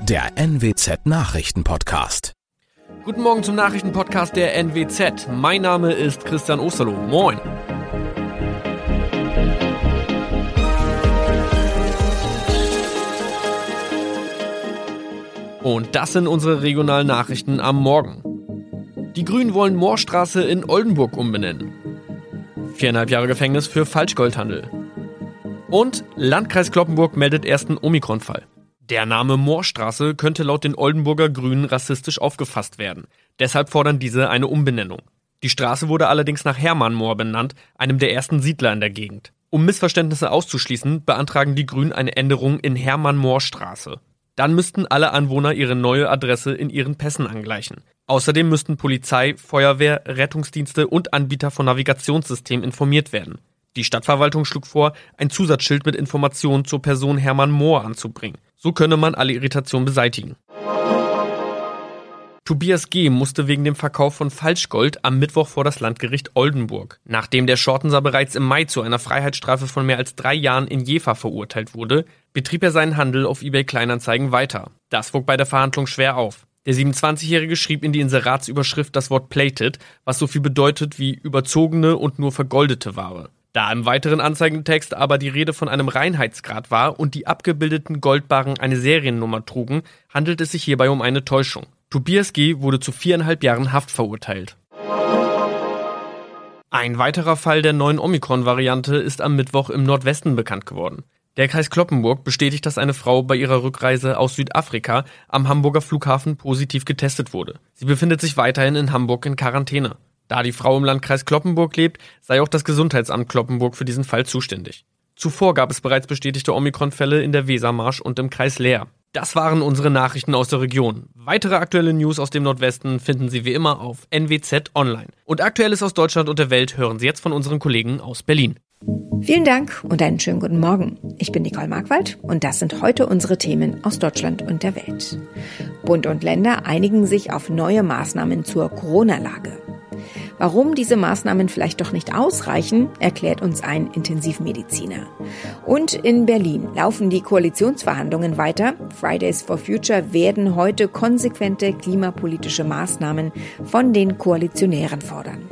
der NWZ Nachrichtenpodcast. Guten Morgen zum Nachrichtenpodcast der NWZ. Mein Name ist Christian Osterloh. Moin. Und das sind unsere regionalen Nachrichten am Morgen. Die Grünen wollen Moorstraße in Oldenburg umbenennen. 4,5 Jahre Gefängnis für Falschgoldhandel. Und Landkreis Cloppenburg meldet ersten Omikron-Fall. Der Name Moorstraße könnte laut den Oldenburger Grünen rassistisch aufgefasst werden. Deshalb fordern diese eine Umbenennung. Die Straße wurde allerdings nach Hermann Mohr benannt, einem der ersten Siedler in der Gegend. Um Missverständnisse auszuschließen, beantragen die Grünen eine Änderung in Hermann-Mohr-Straße. Dann müssten alle Anwohner ihre neue Adresse in ihren Pässen angleichen. Außerdem müssten Polizei, Feuerwehr, Rettungsdienste und Anbieter von Navigationssystemen informiert werden. Die Stadtverwaltung schlug vor, ein Zusatzschild mit Informationen zur Person Hermann Mohr anzubringen. So könne man alle Irritationen beseitigen. Tobias G. musste wegen dem Verkauf von Falschgold am Mittwoch vor das Landgericht Oldenburg. Nachdem der Schortenser bereits im Mai zu einer Freiheitsstrafe von mehr als 3 Jahren in Jever verurteilt wurde, betrieb er seinen Handel auf eBay Kleinanzeigen weiter. Das wog bei der Verhandlung schwer auf. Der 27-Jährige schrieb in die Inseratsüberschrift das Wort plated, was so viel bedeutet wie überzogene und nur vergoldete Ware. Da im weiteren Anzeigentext aber die Rede von einem Reinheitsgrad war und die abgebildeten Goldbarren eine Seriennummer trugen, handelt es sich hierbei um eine Täuschung. Tobias G. wurde zu 4,5 Jahren Haft verurteilt. Ein weiterer Fall der neuen Omikron-Variante ist am Mittwoch im Nordwesten bekannt geworden. Der Kreis Cloppenburg bestätigt, dass eine Frau bei ihrer Rückreise aus Südafrika am Hamburger Flughafen positiv getestet wurde. Sie befindet sich weiterhin in Hamburg in Quarantäne. Da die Frau im Landkreis Cloppenburg lebt, sei auch das Gesundheitsamt Cloppenburg für diesen Fall zuständig. Zuvor gab es bereits bestätigte Omikron-Fälle in der Wesermarsch und im Kreis Leer. Das waren unsere Nachrichten aus der Region. Weitere aktuelle News aus dem Nordwesten finden Sie wie immer auf NWZ Online. Und Aktuelles aus Deutschland und der Welt hören Sie jetzt von unseren Kollegen aus Berlin. Vielen Dank und einen schönen guten Morgen. Ich bin Nicole Markwald und das sind heute unsere Themen aus Deutschland und der Welt. Bund und Länder einigen sich auf neue Maßnahmen zur Corona-Lage. Warum diese Maßnahmen vielleicht doch nicht ausreichen, erklärt uns ein Intensivmediziner. Und in Berlin laufen die Koalitionsverhandlungen weiter. Fridays for Future werden heute konsequente klimapolitische Maßnahmen von den Koalitionären fordern.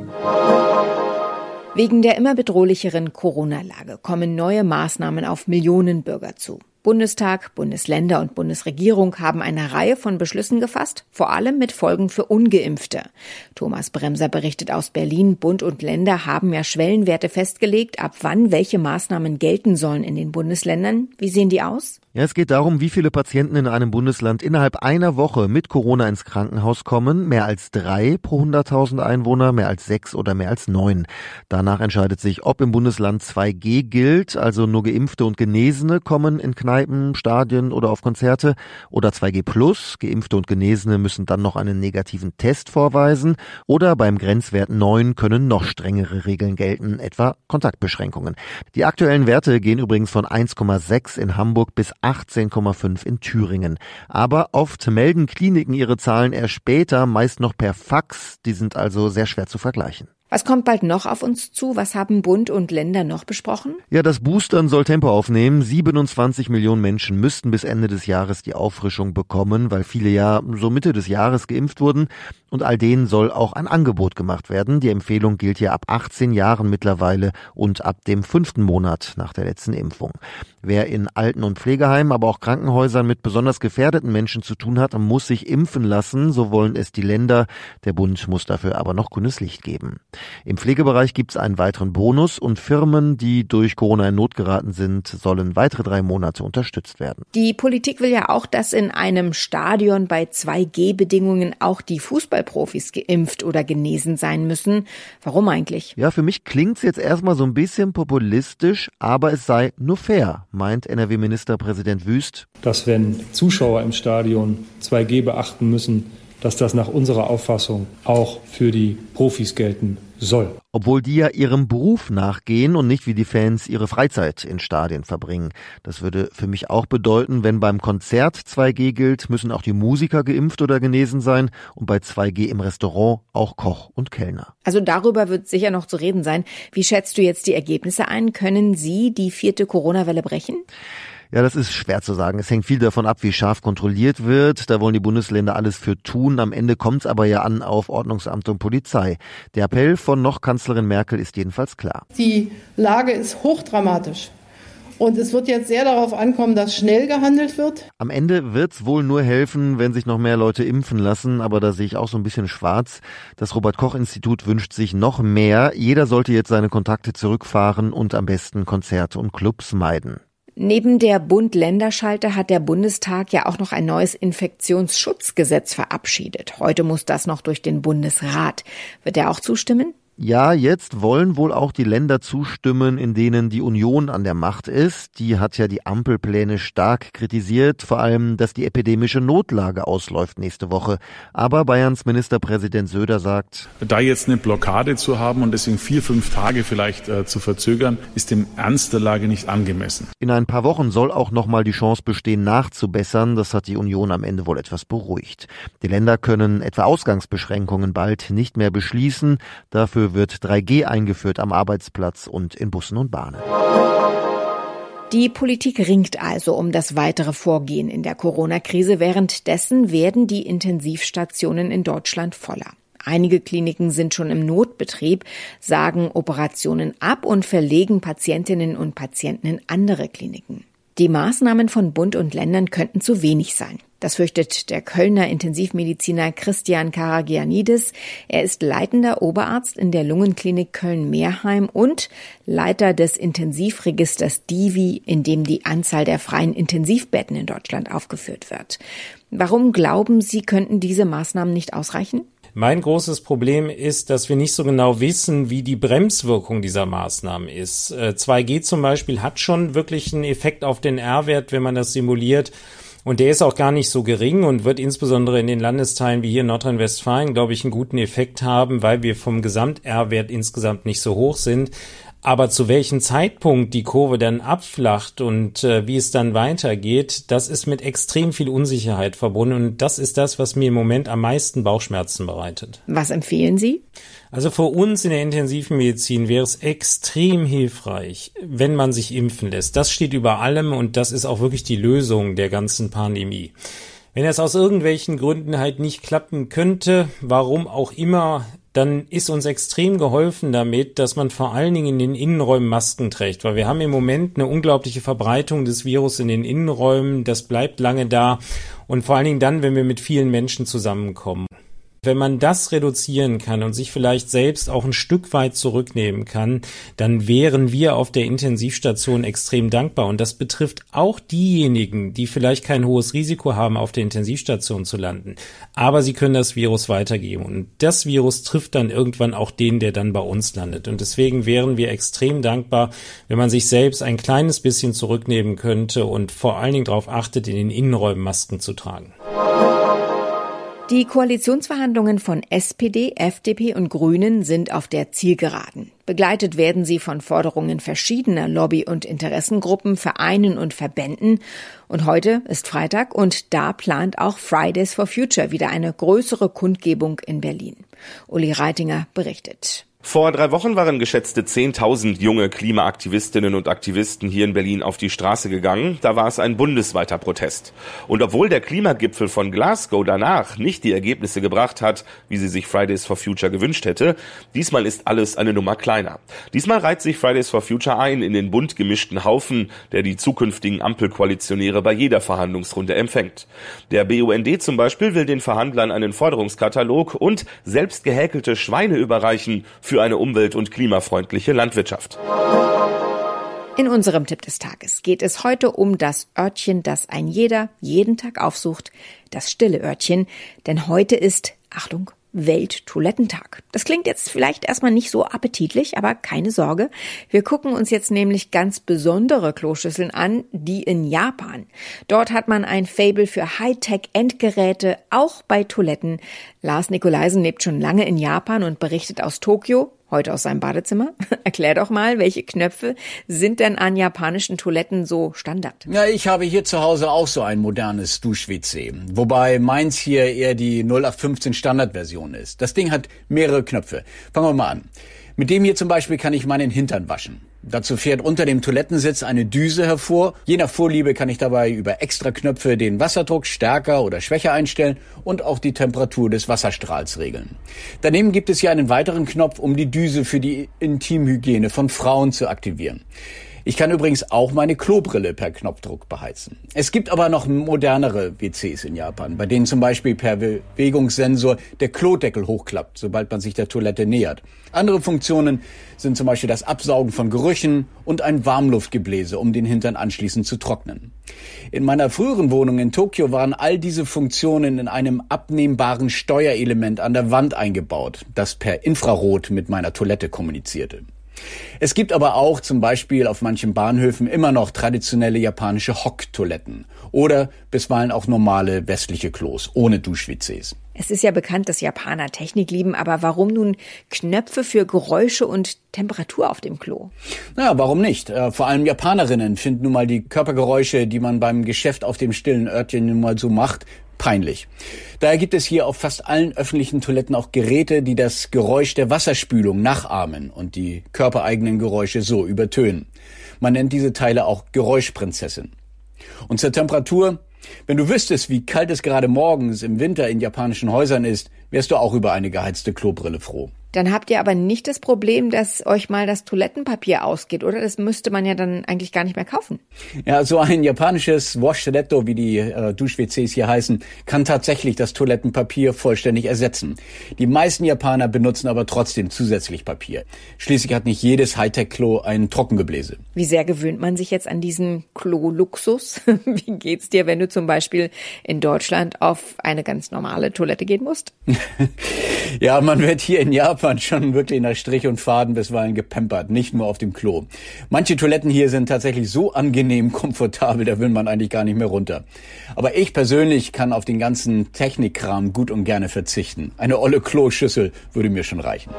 Wegen der immer bedrohlicheren Corona-Lage kommen neue Maßnahmen auf Millionen Bürger zu. Bundestag, Bundesländer und Bundesregierung haben eine Reihe von Beschlüssen gefasst, vor allem mit Folgen für Ungeimpfte. Thomas Bremser berichtet aus Berlin, Bund und Länder haben ja Schwellenwerte festgelegt, ab wann welche Maßnahmen gelten sollen in den Bundesländern. Wie sehen die aus? Ja, es geht darum, wie viele Patienten in einem Bundesland innerhalb einer Woche mit Corona ins Krankenhaus kommen. Mehr als 3 pro 100.000 Einwohner, mehr als 6 oder mehr als 9. Danach entscheidet sich, ob im Bundesland 2G gilt, also nur Geimpfte und Genesene kommen in Kneipen, Stadien oder auf Konzerte, oder 2G+, Geimpfte und Genesene müssen dann noch einen negativen Test vorweisen, oder beim Grenzwert 9 können noch strengere Regeln gelten, etwa Kontaktbeschränkungen. Die aktuellen Werte gehen übrigens von 1,6 in Hamburg bis 18,5 in Thüringen. Aber oft melden Kliniken ihre Zahlen erst später, meist noch per Fax, die sind also sehr schwer zu vergleichen. Was kommt bald noch auf uns zu? Was haben Bund und Länder noch besprochen? Ja, das Boostern soll Tempo aufnehmen. 27 Millionen Menschen müssten bis Ende des Jahres die Auffrischung bekommen, weil viele ja so Mitte des Jahres geimpft wurden. Und all denen soll auch ein Angebot gemacht werden. Die Empfehlung gilt ja ab 18 Jahren mittlerweile und ab dem 5. Monat nach der letzten Impfung. Wer in Alten- und Pflegeheimen, aber auch Krankenhäusern mit besonders gefährdeten Menschen zu tun hat, muss sich impfen lassen. So wollen es die Länder. Der Bund muss dafür aber noch grünes Licht geben. Im Pflegebereich gibt es einen weiteren Bonus und Firmen, die durch Corona in Not geraten sind, sollen weitere 3 Monate unterstützt werden. Die Politik will ja auch, dass in einem Stadion bei 2G-Bedingungen auch die Fußballprofis geimpft oder genesen sein müssen. Warum eigentlich? Ja, für mich klingt's jetzt erstmal so ein bisschen populistisch, aber es sei nur fair, meint NRW-Ministerpräsident Wüst. Dass wenn Zuschauer im Stadion 2G beachten müssen, dass das nach unserer Auffassung auch für die Profis gelten soll. Obwohl die ja ihrem Beruf nachgehen und nicht wie die Fans ihre Freizeit in Stadien verbringen. Das würde für mich auch bedeuten, wenn beim Konzert 2G gilt, müssen auch die Musiker geimpft oder genesen sein und bei 2G im Restaurant auch Koch und Kellner. Also darüber wird sicher noch zu reden sein. Wie schätzt du jetzt die Ergebnisse ein? Können sie die 4. Corona-Welle brechen? Ja, das ist schwer zu sagen. Es hängt viel davon ab, wie scharf kontrolliert wird. Da wollen die Bundesländer alles für tun. Am Ende kommt es aber ja an auf Ordnungsamt und Polizei. Der Appell von noch Kanzlerin Merkel ist jedenfalls klar. Die Lage ist hochdramatisch. Und es wird jetzt sehr darauf ankommen, dass schnell gehandelt wird. Am Ende wird's wohl nur helfen, wenn sich noch mehr Leute impfen lassen. Aber da sehe ich auch so ein bisschen schwarz. Das Robert-Koch-Institut wünscht sich noch mehr. Jeder sollte jetzt seine Kontakte zurückfahren und am besten Konzerte und Clubs meiden. Neben der Bund-Länder-Schalte hat der Bundestag ja auch noch ein neues Infektionsschutzgesetz verabschiedet. Heute muss das noch durch den Bundesrat. Wird er auch zustimmen? Ja, jetzt wollen wohl auch die Länder zustimmen, in denen die Union an der Macht ist. Die hat ja die Ampelpläne stark kritisiert, vor allem, dass die epidemische Notlage ausläuft nächste Woche. Aber Bayerns Ministerpräsident Söder sagt, da jetzt eine Blockade zu haben und deswegen 4-5 Tage vielleicht zu verzögern, ist dem Ernst der Lage nicht angemessen. In ein paar Wochen soll auch nochmal die Chance bestehen, nachzubessern. Das hat die Union am Ende wohl etwas beruhigt. Die Länder können etwa Ausgangsbeschränkungen bald nicht mehr beschließen. Dafür wird 3G eingeführt am Arbeitsplatz und in Bussen und Bahnen. Die Politik ringt also um das weitere Vorgehen in der Corona-Krise. Währenddessen werden die Intensivstationen in Deutschland voller. Einige Kliniken sind schon im Notbetrieb, sagen Operationen ab und verlegen Patientinnen und Patienten in andere Kliniken. Die Maßnahmen von Bund und Ländern könnten zu wenig sein. Das fürchtet der Kölner Intensivmediziner Christian Karagianidis. Er ist leitender Oberarzt in der Lungenklinik Köln-Meerheim und Leiter des Intensivregisters DIVI, in dem die Anzahl der freien Intensivbetten in Deutschland aufgeführt wird. Warum glauben Sie, könnten diese Maßnahmen nicht ausreichen? Mein großes Problem ist, dass wir nicht so genau wissen, wie die Bremswirkung dieser Maßnahmen ist. 2G zum Beispiel hat schon wirklich einen Effekt auf den R-Wert, wenn man das simuliert. Und der ist auch gar nicht so gering und wird insbesondere in den Landesteilen wie hier in Nordrhein-Westfalen, glaube ich, einen guten Effekt haben, weil wir vom Gesamt-R-Wert insgesamt nicht so hoch sind. Aber zu welchem Zeitpunkt die Kurve dann abflacht und wie es dann weitergeht, das ist mit extrem viel Unsicherheit verbunden. Und das ist das, was mir im Moment am meisten Bauchschmerzen bereitet. Was empfehlen Sie? Also für uns in der Intensivmedizin wäre es extrem hilfreich, wenn man sich impfen lässt. Das steht über allem und das ist auch wirklich die Lösung der ganzen Pandemie. Wenn es aus irgendwelchen Gründen halt nicht klappen könnte, warum auch immer, dann ist uns extrem geholfen damit, dass man vor allen Dingen in den Innenräumen Masken trägt, weil wir haben im Moment eine unglaubliche Verbreitung des Virus in den Innenräumen, das bleibt lange da und vor allen Dingen dann, wenn wir mit vielen Menschen zusammenkommen. Wenn man das reduzieren kann und sich vielleicht selbst auch ein Stück weit zurücknehmen kann, dann wären wir auf der Intensivstation extrem dankbar. Und das betrifft auch diejenigen, die vielleicht kein hohes Risiko haben, auf der Intensivstation zu landen. Aber sie können das Virus weitergeben. Und das Virus trifft dann irgendwann auch den, der dann bei uns landet. Und deswegen wären wir extrem dankbar, wenn man sich selbst ein kleines bisschen zurücknehmen könnte und vor allen Dingen darauf achtet, in den Innenräumen Masken zu tragen. Die Koalitionsverhandlungen von SPD, FDP und Grünen sind auf der Zielgeraden. Begleitet werden sie von Forderungen verschiedener Lobby- und Interessengruppen, Vereinen und Verbänden. Und heute ist Freitag und da plant auch Fridays for Future wieder eine größere Kundgebung in Berlin. Uli Reitinger berichtet. Vor 3 Wochen waren geschätzte 10.000 junge Klimaaktivistinnen und Aktivisten hier in Berlin auf die Straße gegangen. Da war es ein bundesweiter Protest. Und obwohl der Klimagipfel von Glasgow danach nicht die Ergebnisse gebracht hat, wie sie sich Fridays for Future gewünscht hätte, diesmal ist alles eine Nummer kleiner. Diesmal reiht sich Fridays for Future ein in den bunt gemischten Haufen, der die zukünftigen Ampelkoalitionäre bei jeder Verhandlungsrunde empfängt. Der BUND zum Beispiel will den Verhandlern einen Forderungskatalog und selbst gehäkelte Schweine überreichen für eine umwelt- und klimafreundliche Landwirtschaft. In unserem Tipp des Tages geht es heute um das Örtchen, das ein jeder jeden Tag aufsucht, das stille Örtchen. Denn heute ist, Achtung, Welttoilettentag. Das klingt jetzt vielleicht erstmal nicht so appetitlich, aber keine Sorge. Wir gucken uns jetzt nämlich ganz besondere Kloschüsseln an, die in Japan. Dort hat man ein Faible für Hightech-Endgeräte, auch bei Toiletten. Lars Nikolaisen lebt schon lange in Japan und berichtet aus Tokio, heute aus seinem Badezimmer. Erklär doch mal, welche Knöpfe sind denn an japanischen Toiletten so Standard? Ja, ich habe hier zu Hause auch so ein modernes Dusch-WC. Wobei meins hier eher die 0815 Standardversion ist. Das Ding hat mehrere Knöpfe. Fangen wir mal an. Mit dem hier zum Beispiel kann ich meinen Hintern waschen. Dazu fährt unter dem Toilettensitz eine Düse hervor. Je nach Vorliebe kann ich dabei über Extraknöpfe den Wasserdruck stärker oder schwächer einstellen und auch die Temperatur des Wasserstrahls regeln. Daneben gibt es hier einen weiteren Knopf, um die Düse für die Intimhygiene von Frauen zu aktivieren. Ich kann übrigens auch meine Klobrille per Knopfdruck beheizen. Es gibt aber noch modernere WCs in Japan, bei denen zum Beispiel per Bewegungssensor der Klodeckel hochklappt, sobald man sich der Toilette nähert. Andere Funktionen sind zum Beispiel das Absaugen von Gerüchen und ein Warmluftgebläse, um den Hintern anschließend zu trocknen. In meiner früheren Wohnung in Tokio waren all diese Funktionen in einem abnehmbaren Steuerelement an der Wand eingebaut, das per Infrarot mit meiner Toilette kommunizierte. Es gibt aber auch zum Beispiel auf manchen Bahnhöfen immer noch traditionelle japanische Hocktoiletten oder bisweilen auch normale westliche Klos ohne Dusch-WCs. Es ist ja bekannt, dass Japaner Technik lieben, aber warum nun Knöpfe für Geräusche und Temperatur auf dem Klo? Na, warum nicht? Vor allem Japanerinnen finden nun mal die Körpergeräusche, die man beim Geschäft auf dem stillen Örtchen nun mal so macht, peinlich. Daher gibt es hier auf fast allen öffentlichen Toiletten auch Geräte, die das Geräusch der Wasserspülung nachahmen und die körpereigenen Geräusche so übertönen. Man nennt diese Teile auch Geräuschprinzessin. Und zur Temperatur: Wenn du wüsstest, wie kalt es gerade morgens im Winter in japanischen Häusern ist, wärst du auch über eine geheizte Klobrille froh. Dann habt ihr aber nicht das Problem, dass euch mal das Toilettenpapier ausgeht, oder? Das müsste man ja dann eigentlich gar nicht mehr kaufen. Ja, so ein japanisches Washletto, wie die Dusch-WCs hier heißen, kann tatsächlich das Toilettenpapier vollständig ersetzen. Die meisten Japaner benutzen aber trotzdem zusätzlich Papier. Schließlich hat nicht jedes Hightech-Klo ein Trockengebläse. Wie sehr gewöhnt man sich jetzt an diesen Klo-Luxus? Wie geht's dir, wenn du zum Beispiel in Deutschland auf eine ganz normale Toilette gehen musst? Ja, man wird hier in Japan schon wirklich nach Strich und Faden bisweilen gepampert, nicht nur auf dem Klo. Manche Toiletten hier sind tatsächlich so angenehm komfortabel, da will man eigentlich gar nicht mehr runter. Aber ich persönlich kann auf den ganzen Technikkram gut und gerne verzichten. Eine olle Kloschüssel würde mir schon reichen.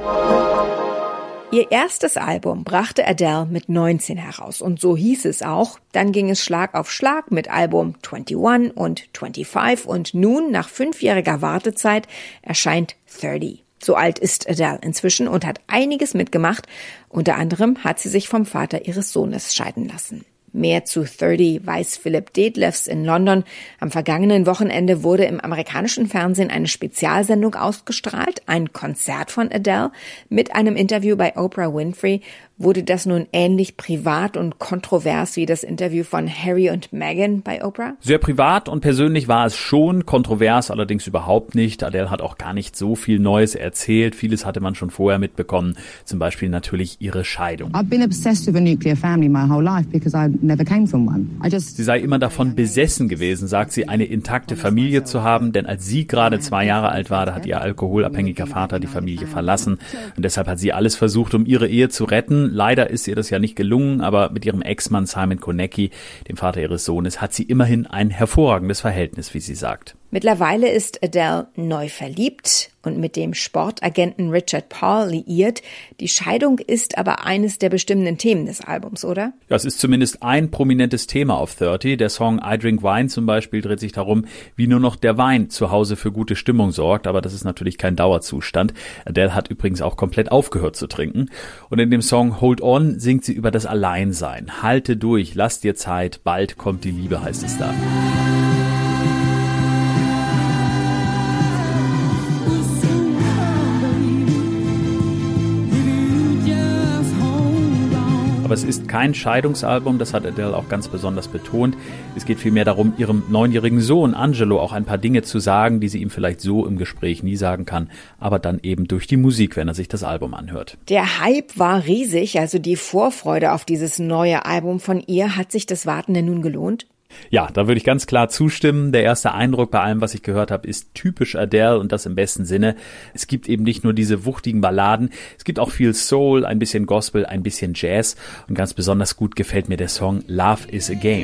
Ihr erstes Album brachte Adele mit 19 heraus und so hieß es auch. Dann ging es Schlag auf Schlag mit Album 21 und 25 und nun, nach 5-jähriger Wartezeit, erscheint 30. So alt ist Adele inzwischen und hat einiges mitgemacht. Unter anderem hat sie sich vom Vater ihres Sohnes scheiden lassen. Mehr zu 30 weiß Philip Detlefs in London. Am vergangenen Wochenende wurde im amerikanischen Fernsehen eine Spezialsendung ausgestrahlt, ein Konzert von Adele mit einem Interview bei Oprah Winfrey. Wurde das nun ähnlich privat und kontrovers wie das Interview von Harry und Meghan bei Oprah? Sehr privat und persönlich war es schon, kontrovers allerdings überhaupt nicht. Adele hat auch gar nicht so viel Neues erzählt. Vieles hatte man schon vorher mitbekommen, zum Beispiel natürlich ihre Scheidung. Sie sei immer davon besessen gewesen, sagt sie, eine intakte Familie zu haben, denn als sie gerade 2 Jahre alt war, da hat ihr alkoholabhängiger Vater die Familie verlassen und deshalb hat sie alles versucht, um ihre Ehe zu retten. Leider ist ihr das ja nicht gelungen, aber mit ihrem Ex-Mann Simon Konecki, dem Vater ihres Sohnes, hat sie immerhin ein hervorragendes Verhältnis, wie sie sagt. Mittlerweile ist Adele neu verliebt und mit dem Sportagenten Richard Paul liiert. Die Scheidung ist aber eines der bestimmenden Themen des Albums, oder? Ja, es ist zumindest ein prominentes Thema auf 30. Der Song I Drink Wine zum Beispiel dreht sich darum, wie nur noch der Wein zu Hause für gute Stimmung sorgt. Aber das ist natürlich kein Dauerzustand. Adele hat übrigens auch komplett aufgehört zu trinken. Und in dem Song Hold On singt sie über das Alleinsein. Halte durch, lass dir Zeit, bald kommt die Liebe, heißt es da. Aber es ist kein Scheidungsalbum, das hat Adele auch ganz besonders betont. Es geht vielmehr darum, ihrem 9-jährigen Sohn Angelo auch ein paar Dinge zu sagen, die sie ihm vielleicht so im Gespräch nie sagen kann, aber dann eben durch die Musik, wenn er sich das Album anhört. Der Hype war riesig, also die Vorfreude auf dieses neue Album von ihr. Hat sich das Warten denn nun gelohnt? Ja, da würde ich ganz klar zustimmen. Der erste Eindruck bei allem, was ich gehört habe, ist typisch Adele und das im besten Sinne. Es gibt eben nicht nur diese wuchtigen Balladen, es gibt auch viel Soul, ein bisschen Gospel, ein bisschen Jazz und ganz besonders gut gefällt mir der Song Love is a Game.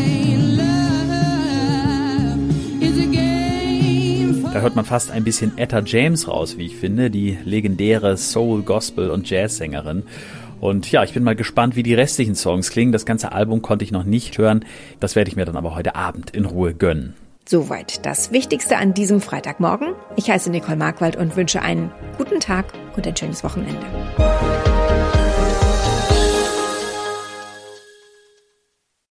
Da hört man fast ein bisschen Etta James raus, wie ich finde, die legendäre Soul, Gospel und Jazzsängerin. Und ja, ich bin mal gespannt, wie die restlichen Songs klingen. Das ganze Album konnte ich noch nicht hören. Das werde ich mir dann aber heute Abend in Ruhe gönnen. Soweit das Wichtigste an diesem Freitagmorgen. Ich heiße Nicole Markwald und wünsche einen guten Tag und ein schönes Wochenende.